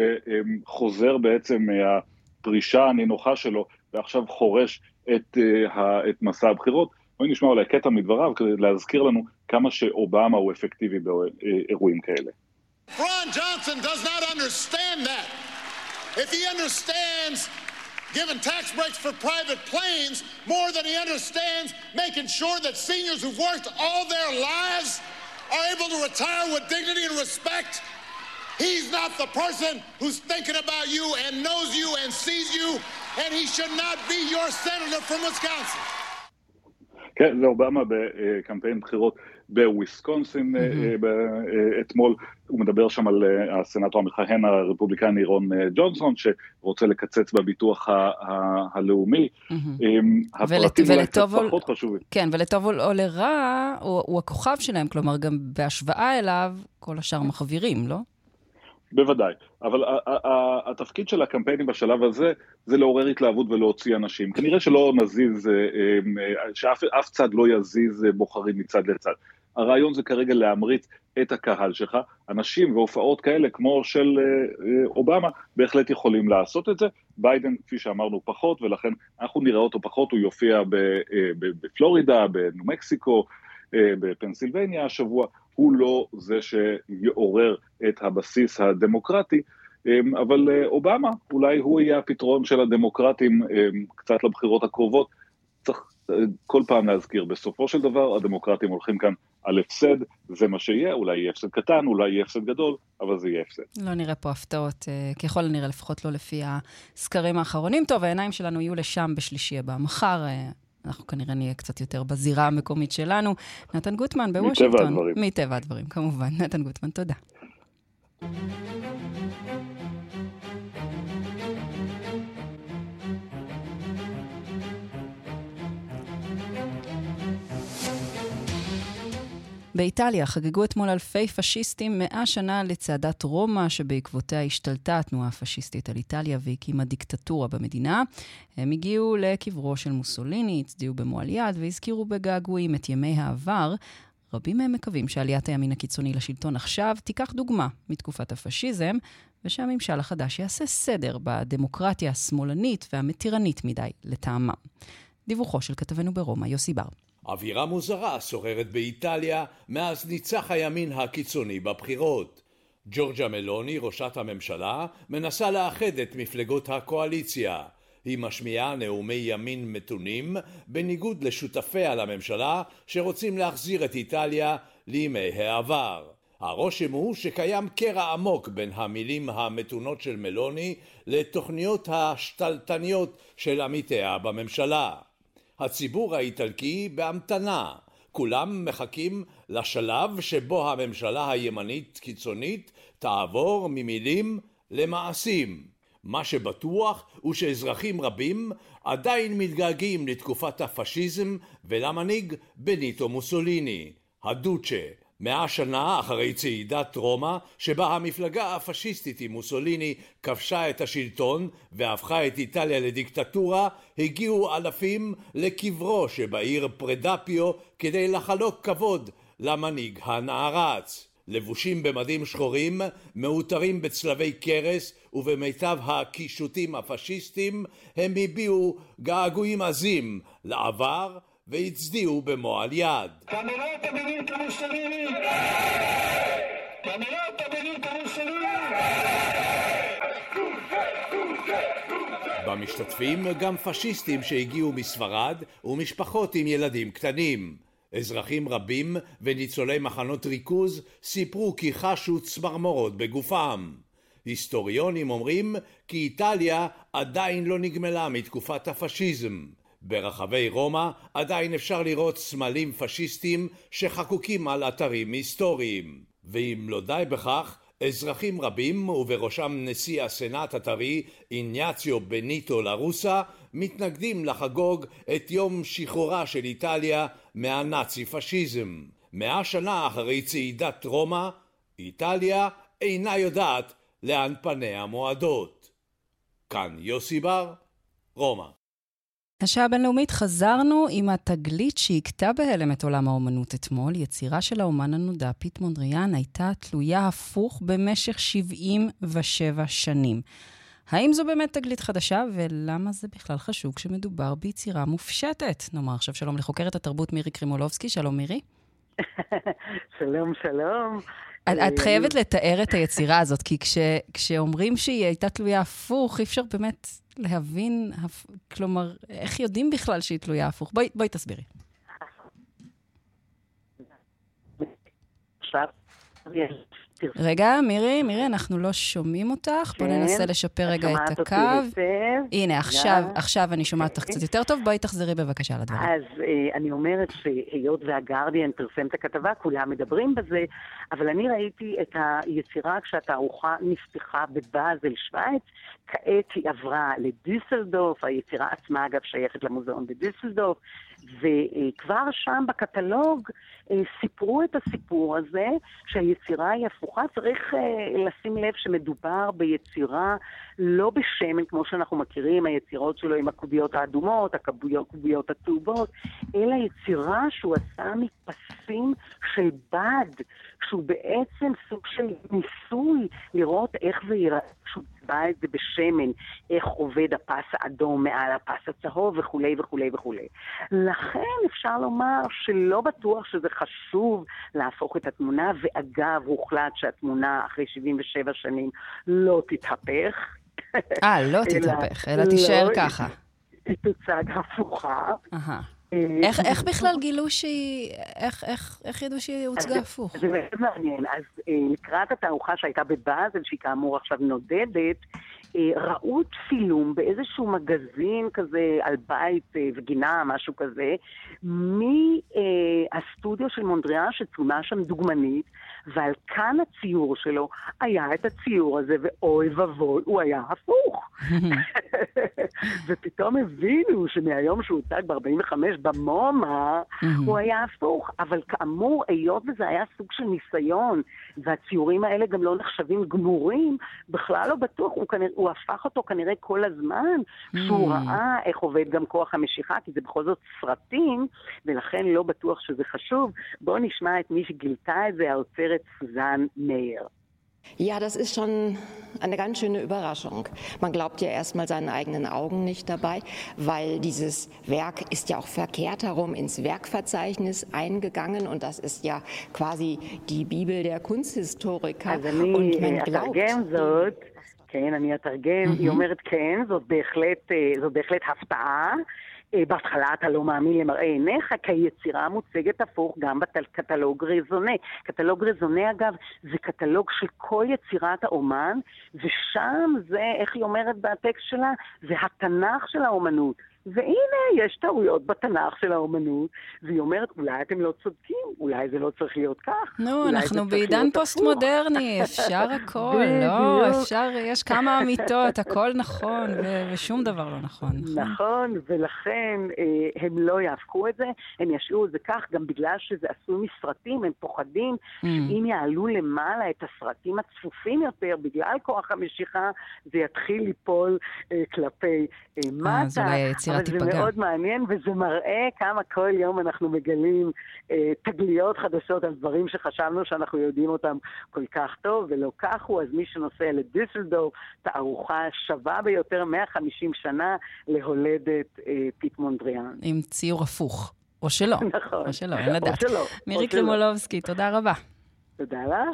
שחוזר בעצם מהפרישה הנינוחה שלו, ועכשיו חורש את מסע הבחירות. בואי נשמע אולי קטע מדבריו, כדי להזכיר לנו כמה שאובמה הוא אפקטיבי באירועים כאלה. Ron Johnson does not understand that. If he understands giving tax breaks for private planes more than he understands making sure that seniors who've worked all their lives are able to retire with dignity and respect, he's not the person who's thinking about you and knows you and sees you, and he should not be your senator from Wisconsin. כן, זה אובמה בקמפיין בחירות בוויסקונסין אתמול, הוא מדבר שם על הסנאטור המכהן הרפובליקני רון ג'ונסון, שרוצה לקצץ בביטוח הלאומי. הפרטים אולי קצת פחות חשובים. כן, ולטוב או לרע, הוא הכוכב שלהם, כלומר גם בהשוואה אליו, כל השאר מחבירים, לא? בוודאי, אבל התפקיד של הקמפיינים בשלב הזה זה לעורר התלהבות ולהוציא אנשים. כנראה שלא נזיז, שאף צד לא יזיז בוחרים מצד לצד. הרעיון זה כרגע להמריץ את הקהל שלך. אנשים והופעות כאלה כמו של אובמה בהחלט יכולים לעשות את זה. ביידן, כפי שאמרנו, פחות, ולכן אנחנו נראה אותו פחות. הוא יופיע בפלורידה, בניו מקסיקו, בפנסילבניה השבוע. הוא לא זה שיעורר את הבסיס הדמוקרטי, אבל אובמה, אולי הוא יהיה הפתרון של הדמוקרטים קצת לבחירות הקרובות. צריך כל פעם להזכיר, בסופו של דבר הדמוקרטים הולכים כאן על הפסד, זה מה שיהיה, אולי יהיה הפסד קטן, אולי יהיה הפסד גדול, אבל זה יהיה הפסד. לא נראה פה הפתעות, ככל הנראה לפחות לא לפי הסקרים האחרונים. טוב, העיניים שלנו יהיו לשם בשלישי הבא. מחר אנחנו כנראה נהיה קצת יותר בזירה המקומית שלנו. נתן גוטמן בוושינגטון. מטבע הדברים, כמובן. נתן גוטמן, תודה. באיטליה חגגו אתמול אלפי פשיסטים 100 שנה לצעדת רומא, שבעקבותיה השתלטה התנועה הפשיסטית על איטליה והקימה דיקטטורה במדינה. הם הגיעו לקברו של מוסוליני, הצדיעו במועל יד והזכירו בגעגועים את ימי העבר. רבים מהם מקווים שעליית הימין הקיצוני לשלטון עכשיו תיקח דוגמה מתקופת הפשיזם, ושהממשל החדש יעשה סדר בדמוקרטיה השמאלנית והמתירנית מדי לטעמם. דיווחו של כתבנו ברומא, יוסי בר. אווירה מוזרה שוררת באיטליה מאז ניצח הימין הקיצוני בבחירות. ג'ורג'ה מלוני, ראשת הממשלה, מנסה לאחד את מפלגות הקואליציה. היא משמיעה נאומי ימין מתונים, בניגוד לשותפיה לממשלה שרוצים להחזיר את איטליה לימי העבר. הרושם הוא שקיים קרע עמוק בין המילים המתונות של מלוני לתוכניות השתלטניות של עמיתיה בממשלה. הציבור האיטלקי בהמתנה, כולם מחכים לשלב שבו הממשלה הימנית קיצונית תעבור ממילים למעשים. מה שבטוח הוא שאזרחים רבים עדיין מתגעגעים לתקופת הפשיזם ולמנהיג בניטו מוסוליני, הדוצ'ה. 100 שנה אחרי צעידת רומא, שבה המפלגה הפשיסטית עם מוסוליני כבשה את השלטון והפכה את איטליה לדיקטטורה, הגיעו אלפים לקברו שבעיר פרדפיו כדי לחלוק כבוד למנהיג הנערץ. לבושים במדים שחורים, מאותרים בצלבי קרס ובמיטב הקישוטים הפשיסטים, הם הביעו געגועים עזים לעבר והצדיעו במועל יד. Camerata Benito Mussolini! Camerata Benito Mussolini! במשתתפים גם פשיסטים שהגיעו מספרד ומשפחות עם ילדים קטנים. אזרחים רבים וניצולי מחנות ריכוז סיפרו כי חשו צמרמורות בגופם. היסטוריונים אומרים כי איטליה עדיין לא נגמלה מתקופת הפשיזם. ברחבי רומא עדיין אפשר לראות סמלים פשיסטים שחקוקים על אתרים היסטוריים. ואם לא די בכך, אזרחים רבים, ובראשם נשיא הסנאט הטרי איניאציו בניטו לרוסה, מתנגדים לחגוג את יום שחרורה של איטליה מהנאצי פשיזם. 100 שנה אחרי צעידת רומא, איטליה אינה יודעת לאן פניה מועדות. כאן יוסי בר, רומא. השעה הבינלאומית חזרנו עם התגלית שהכתה בהלם את עולם האומנות אתמול. יצירה של האומן הנודע פיט מונדריאן הייתה תלויה הפוך במשך 77 שנים. האם זו באמת תגלית חדשה, ולמה זה בכלל חשוב כשמדובר ביצירה מופשטת? נאמר עכשיו שלום לחוקרת התרבות מירי קרימולובסקי. שלום מירי. שלום, שלום. את חייבת לתאר את היצירה הזאת, כי כשאומרים שהיא הייתה תלויה הפוך, אי אפשר באמת להבין, כלומר, איך יודעים בכלל שהיא תלויה הפוך? בואי תסבירי. רגע, מירי, אנחנו לא שומעים אותך. בואי ננסה לשפר רגע את הקו. הנה, עכשיו אני שומעת אותך קצת יותר טוב. בואי תחזרי בבקשה על הדברים. אז אני אומרת שהיות והגרדיאן פרסם את הכתבה, כולם מדברים בזה, אבל אני ראיתי את היצירה כשהתערוכה נפתחה בבאזל, שוויץ. כעת היא עברה לדיסלדורף, היצירה עצמה אגב שייכת למוזיאון בדיסלדורף, וכבר שם בקטלוג סיפרו את הסיפור הזה, שהיצירה היא הפוכה. צריך לשים לב שמדובר ביצירה לא בשמן, כמו שאנחנו מכירים, היצירות שלו עם הקוביות האדומות, הקוביות הצהובות, אלא יצירה שהוא עשה מפסים של בד, שהוא בעצם סוג של ניסוי לראות איך זה ייראה, שהוא צבע את זה בשמן, איך עובד הפס האדום מעל הפס הצהוב וכו' וכו' וכו'. לכן אפשר לומר שלא בטוח שזה חשוב להפוך את התמונה, ואגב הוחלט שהתמונה אחרי 77 שנים לא תתהפך. לא תתהפך, אלא תישאר ככה. היא תוצג הפוכה. איך בכלל גילו שהיא, איך ידעו שהיא הוצגה הפוך? זה מאוד מעניין. אז לקראת התערוכה שהייתה בבאזל, שהיא כאמור עכשיו נודדת, ראו צילום באיזשהו מגזין כזה על בית וגינה, משהו כזה, מהסטודיו של מונדריאן שצולמה שם דוגמנית, ועל כאן הציור שלו היה את הציור הזה, ואוי ובוי, הוא היה הפוך. ופתאום הבינו שמהיום שהוא הוצג ב-45 במומה, הוא היה הפוך. אבל כאמור, היות וזה היה סוג של ניסיון, והציורים האלה גם לא נחשבים גמורים, בכלל לא בטוח, הוא הפך אותו כנראה כל הזמן, שהוא ראה איך עובד גם כוח המשיכה, כי זה בכל זאת סרטים, ולכן לא בטוח שזה חשוב. בואו נשמע את מי שגילתה את זה, האוצרת סוזן מאיר. Ja, das ist schon eine ganz schöne Überraschung. Man glaubt ja erstmal seinen eigenen Augen nicht dabei, weil dieses Werk ist ja auch verkehrt herum ins Werkverzeichnis eingegangen und das ist ja quasi die Bibel der Kunsthistoriker. Und man glaubt... כן, אני אתרגם, היא אומרת כן, זאת בהחלט הפתעה. בהתחלה אתה לא מאמין למראה עיניך, כי היצירה מוצגת הפוך גם בקטלוג רזונה. קטלוג רזונה אגב זה קטלוג של כל יצירת האומן, ושם זה, איך היא אומרת בטקסט שלה, זה התנ"ך של האומנות. והנה יש טעויות בתנ"ך של האומנות, והיא אומרת, אולי אתם לא צודקים, אולי זה לא צריך להיות כך. נו, אנחנו בעידן פוסט-מודרני, אפשר הכל, לא, אפשר, יש כמה אמיתות, הכל נכון, ושום דבר לא נכון. נכון, ולכן הם לא יהפכו את זה, הם ישאירו את זה כך, גם בגלל שזה עשוי מסרטים, הם פוחדים שאם יעלו למעלה את הסרטים הצפופים יותר, בגלל כוח המשיכה, זה יתחיל ליפול כלפי מטה. אז אולי היצירה תיפגע. אבל זה מאוד מעניין, וזה מראה כמה כל יום אנחנו מגלים תגליות חדשות על דברים שחשבנו שאנחנו יודעים אותם כל כך טוב, ולא כך הוא. אז מי שנוסע לדיסלדורף, תערוכה שווה ביותר 150 שנה להולדת פיט מונדריאן. עם ציור הפוך. או שלא. נכון. או שלא, אין לדעת. או שלא. מירי קרימולובסקי, תודה רבה. תודה לך.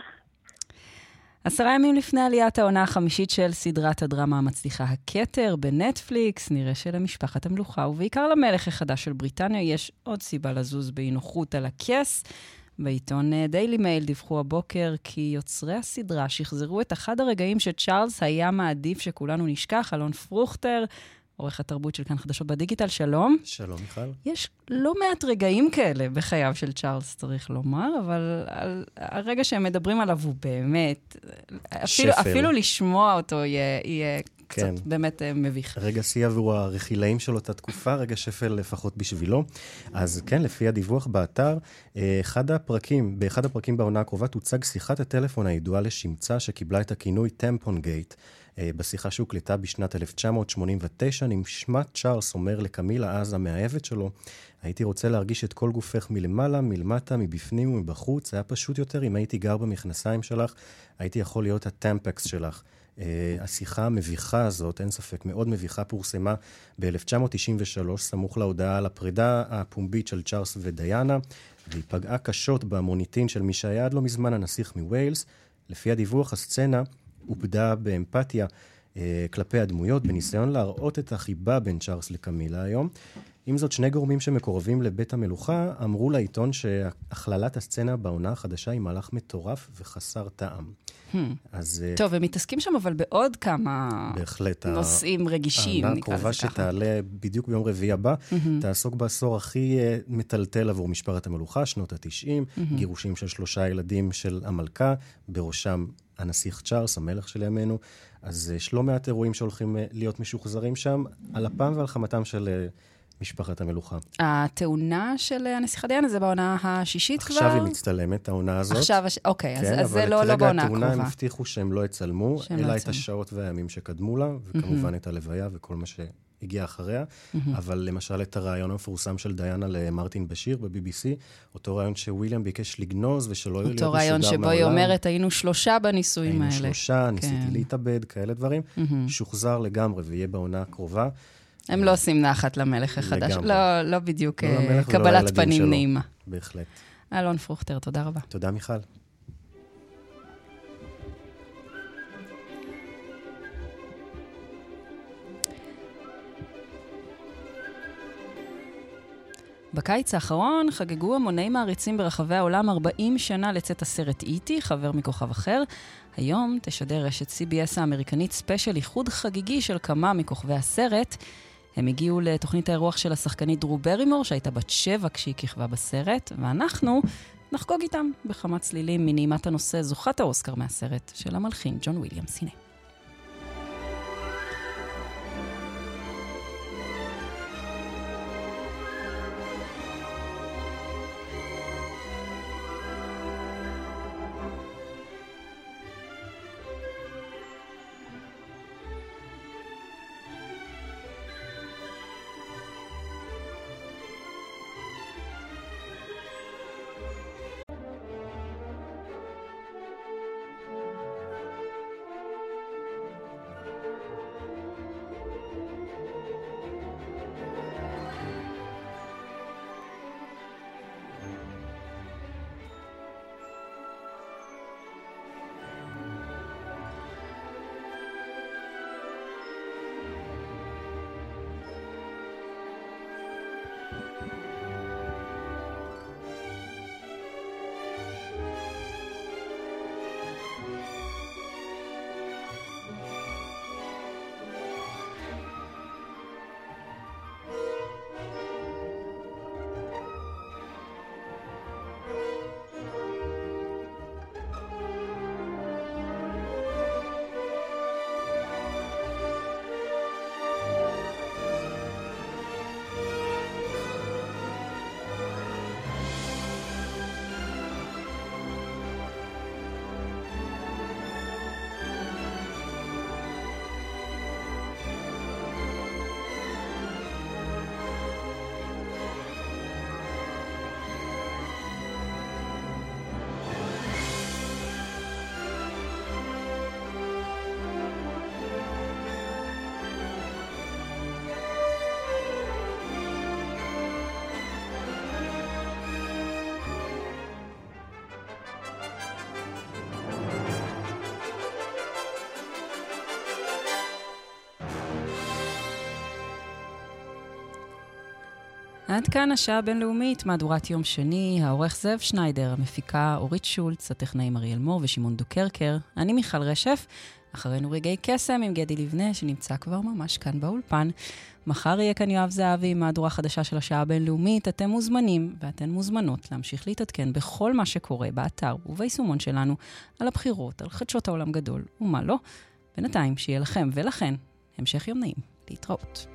10 ימים לפני עליית העונה החמישית של סדרת הדרמה המצליחה הכתר בנטפליקס, נראה שלמשפחת המלוכה ובעיקר למלך החדש של בריטניה יש עוד סיבה לזוז באי נוחות על הכס. בעיתון דיילי מייל דיווחו הבוקר כי יוצרי הסדרה שחזרו את אחד הרגעים שצ'ארלס היה מעדיף שכולנו נשכח. אלון פרוכטר, עורך התרבות של כאן חדשות בדיגיטל, שלום. שלום, מיכל. יש לא מעט רגעים כאלה בחייו של צ'ארלס, צריך לומר, אבל הרגע שהם מדברים עליו הוא באמת, אפילו לשמוע אותו יהיה כן. קצת באמת מביך. רגע שיא עבור הרכילאים של אותה תקופה, רגע שפל לפחות בשבילו. אז כן, לפי הדיווח באתר, באחד הפרקים בעונה הקרובה תוצג שיחת הטלפון הידועה לשמצה שקיבלה את הכינוי טמפון גייט. בשיחה שהוקלטה בשנת 1989, נשמע צ'ארלס אומר לקמילה אז המאהבת שלו, הייתי רוצה להרגיש את כל גופך מלמעלה, מלמטה, מבפנים ומבחוץ, היה פשוט יותר אם הייתי גר במכנסיים שלך, הייתי יכול להיות הטמפקס שלך. השיחה המביכה הזאת, אין ספק, מאוד מביכה, פורסמה ב-1993, סמוך להודעה על הפרידה הפומבית של צ'ארלס ודיאנה, והיא פגעה קשות במוניטין של מי שהיה עד לא מזמן הנסיך מווילס. לפי הדיווח, הסצנה עובדה באמפתיה כלפי הדמויות, בניסיון להראות את החיבה בין צ'ארלס לקמילה היום. עם זאת, שני גורמים שמקורבים לבית המלוכה אמרו לעיתון שהכללת הסצנה בעונה החדשה היא מהלך מטורף וחסר טעם. טוב, הם מתעסקים שם אבל בעוד כמה נושאים רגישים. העונה הקרובה שתעלה בדיוק ביום רביעי הבא, תעסוק בעשור הכי מטלטל עבור משפחת המלוכה, שנות ה-90, גירושים של 3 ילדים של המלכה, בראשם הנסיך צ'ארלס, המלך של ימינו. אז יש לא מעט אירועים שהולכים להיות משוחזרים שם, על אפם ועל חמתם של משפחת המלוכה. התאונה של הנסיכה דיאנה זה בעונה השישית כבר? עכשיו היא מצטלמת, העונה הזאת. עכשיו, אוקיי, אז זה לא בעונה הקרובה. אבל כרגע התאונה הם הבטיחו שהם לא יצלמו, אלא את השעות והימים שקדמו לה, וכמובן את הלוויה וכל מה שהגיע אחריה. אבל למשל את הרעיון המפורסם של דיאנה למרטין בשיר ב-BBC, אותו רעיון שוויליאם ביקש לגנוז ושלא יהיה להיות משודר מעולם. אותו רעיון שבו היא אומרת, היינו 3 בניסויים האלה. היינו 3, ניסיתי להתאבד, כאלה דברים. שוחזר לגמרי ויהיה בעונה הקרובה. הם לא עושים נחת למלך החדש. לא בדיוק קבלת פנים נעימה. בהחלט. אלון פרוכטר, תודה רבה. תודה, מיכל. בקיץ האחרון חגגו המוני מעריצים ברחבי העולם 40 שנה לצאת הסרט איטי, חבר מכוכב אחר. היום תשדר רשת CBS האמריקנית ספיישל איחוד חגיגי של כמה מכוכבי הסרט. הם הגיעו לתוכנית האירוח של השחקנית דרו ברימור, שהייתה בת 7 כשהיא כיכבה בסרט, ואנחנו נחגוג איתם בכמה צלילים מנעימת הנושא זוכת האוסקר מהסרט של המלחין ג'ון וויליאמס. הנה. עד כאן השעה הבינלאומית, מהדורת יום שני, העורך זאב שניידר, המפיקה אורית שולץ, הטכנאים אריאל מור ושמעון דוקרקר. אני מיכל רשף, אחרינו רגעי קסם עם גדי לבנה, שנמצא כבר ממש כאן באולפן. מחר יהיה כאן יואב זהבי עם מהדורה חדשה של השעה הבינלאומית. אתם מוזמנים ואתן מוזמנות להמשיך להתעדכן בכל מה שקורה באתר וביישומון שלנו על הבחירות, על חדשות העולם גדול ומה לא. בינתיים שיהיה לכם ולכן המשך יום נעים. להתראות.